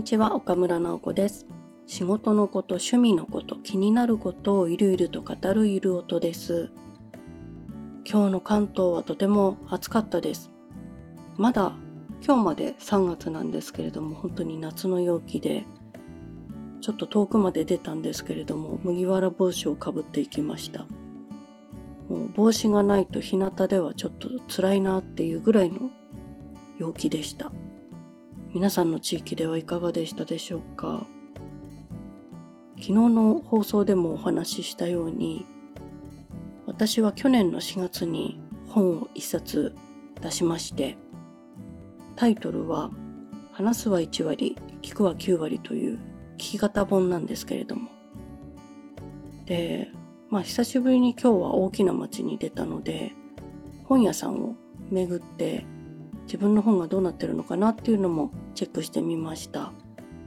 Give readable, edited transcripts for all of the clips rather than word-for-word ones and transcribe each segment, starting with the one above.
ちは、岡村直子です。仕事のこと、趣味のこと、気になることをゆるゆると語るゆる音です。今日の関東はとても暑かったです。まだ今日まで3月なんですけれども、本当に夏の陽気で、ちょっと遠くまで出たんですけれども、麦わら帽子をかぶっていきました。もう帽子がないと日向ではちょっと辛いなっていうぐらいの陽気でした。皆さんの地域ではいかがでしたでしょうか。昨日の放送でもお話ししたように、私は去年の4月に本を一冊出しまして、タイトルは話すは1割、聞くは9割という聞き方本なんですけれども。で、久しぶりに今日は大きな町に出たので、本屋さんを巡って自分の本がどうなってるのかなっていうのもチェックしてみました。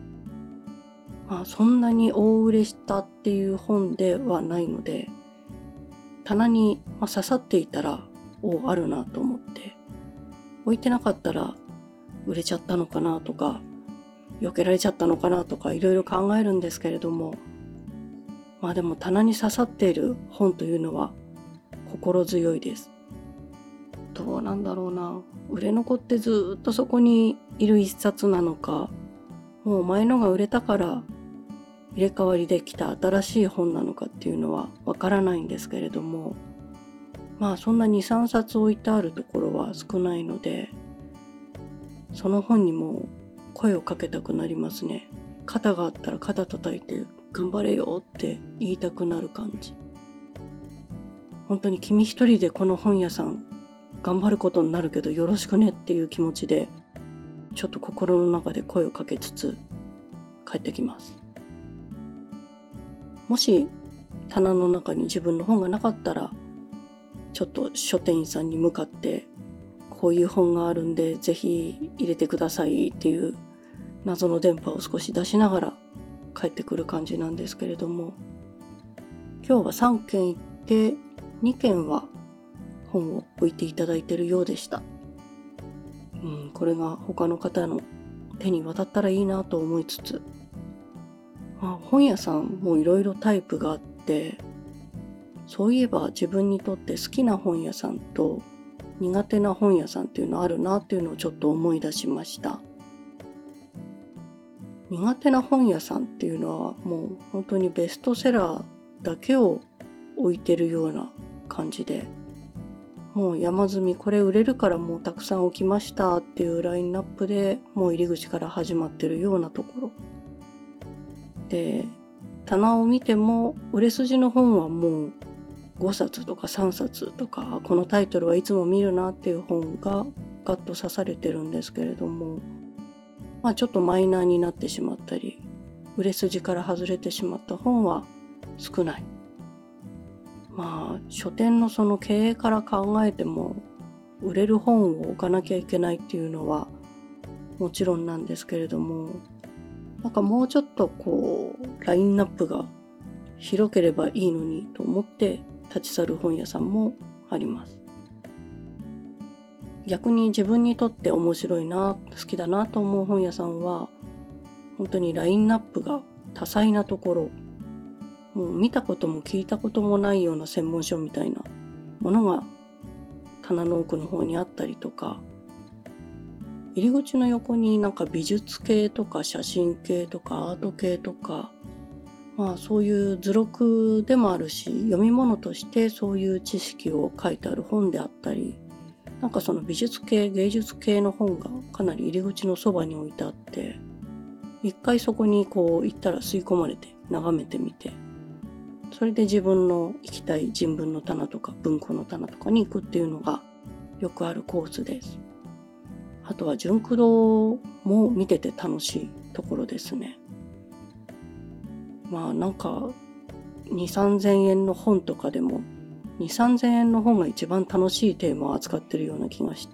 そんなに大売れしたっていう本ではないので、棚に刺さっていたらあるなと思って、置いてなかったら売れちゃったのかなとか、避けられちゃったのかなとかいろいろ考えるんですけれども、でも棚に刺さっている本というのは心強いです。どうなんだろうな。売れ残ってずっとそこにいる一冊なのか、もう前のが売れたから入れ替わりできた新しい本なのかっていうのはわからないんですけれども、そんな 2,3 冊置いてあるところは少ないので、その本にも声をかけたくなりますね。肩があったら肩叩いて頑張れよって言いたくなる感じ。本当に君一人でこの本屋さん頑張ることになるけどよろしくねっていう気持ちで、ちょっと心の中で声をかけつつ帰ってきます。もし棚の中に自分の本がなかったら、ちょっと書店員さんに向かってこういう本があるんでぜひ入れてくださいっていう謎の電波を少し出しながら帰ってくる感じなんですけれども、今日は3軒行って2軒は本を置いていただいているようでした。これが他の方の手に渡ったらいいなと思いつつ、本屋さんもいろいろタイプがあって、そういえば自分にとって好きな本屋さんと苦手な本屋さんっていうのあるなっていうのをちょっと思い出しました。苦手な本屋さんっていうのはもう本当にベストセラーだけを置いてるような感じで、もう山積み、これ売れるからもうたくさん置きましたっていうラインナップでもう入り口から始まってるようなところで、棚を見ても売れ筋の本はもう5冊とか3冊とか、このタイトルはいつも見るなっていう本がガッと刺されてるんですけれども、ちょっとマイナーになってしまったり、売れ筋から外れてしまった本は少ない。書店のその経営から考えても、売れる本を置かなきゃいけないっていうのはもちろんなんですけれども、もうちょっとラインナップが広ければいいのにと思って立ち去る本屋さんもあります。逆に自分にとって面白いな、好きだなと思う本屋さんは、本当にラインナップが多彩なところ、もう見たことも聞いたこともないような専門書みたいなものが棚の奥の方にあったりとか、入り口の横に美術系とか写真系とかアート系とか、そういう図録でもあるし、読み物としてそういう知識を書いてある本であったり、その美術系、芸術系の本がかなり入り口のそばに置いてあって、一回そこに行ったら吸い込まれて眺めてみて、それで自分の行きたい人文の棚とか文庫の棚とかに行くっていうのがよくあるコースです。あとは純駆動も見てて楽しいところですね。2、3,000円の本とかでも2、3,000円の本が一番楽しいテーマを扱ってるような気がして、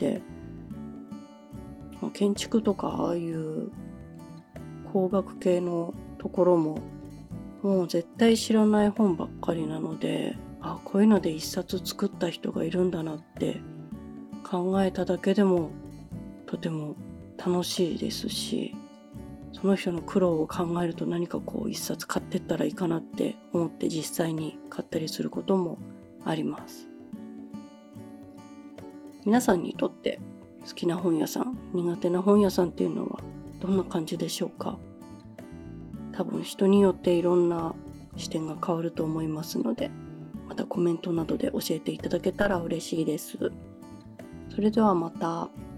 建築とかああいう工学系のところももう絶対知らない本ばっかりなので、こういうので一冊作った人がいるんだなって考えただけでもとても楽しいですし、 その人の苦労を考えると何か一冊買ってったらいいかなって思って実際に買ったりすることもあります。皆さんにとって好きな本屋さん、苦手な本屋さんっていうのはどんな感じでしょうか？多分人によっていろんな視点が変わると思いますので、またコメントなどで教えていただけたら嬉しいです。それではまた。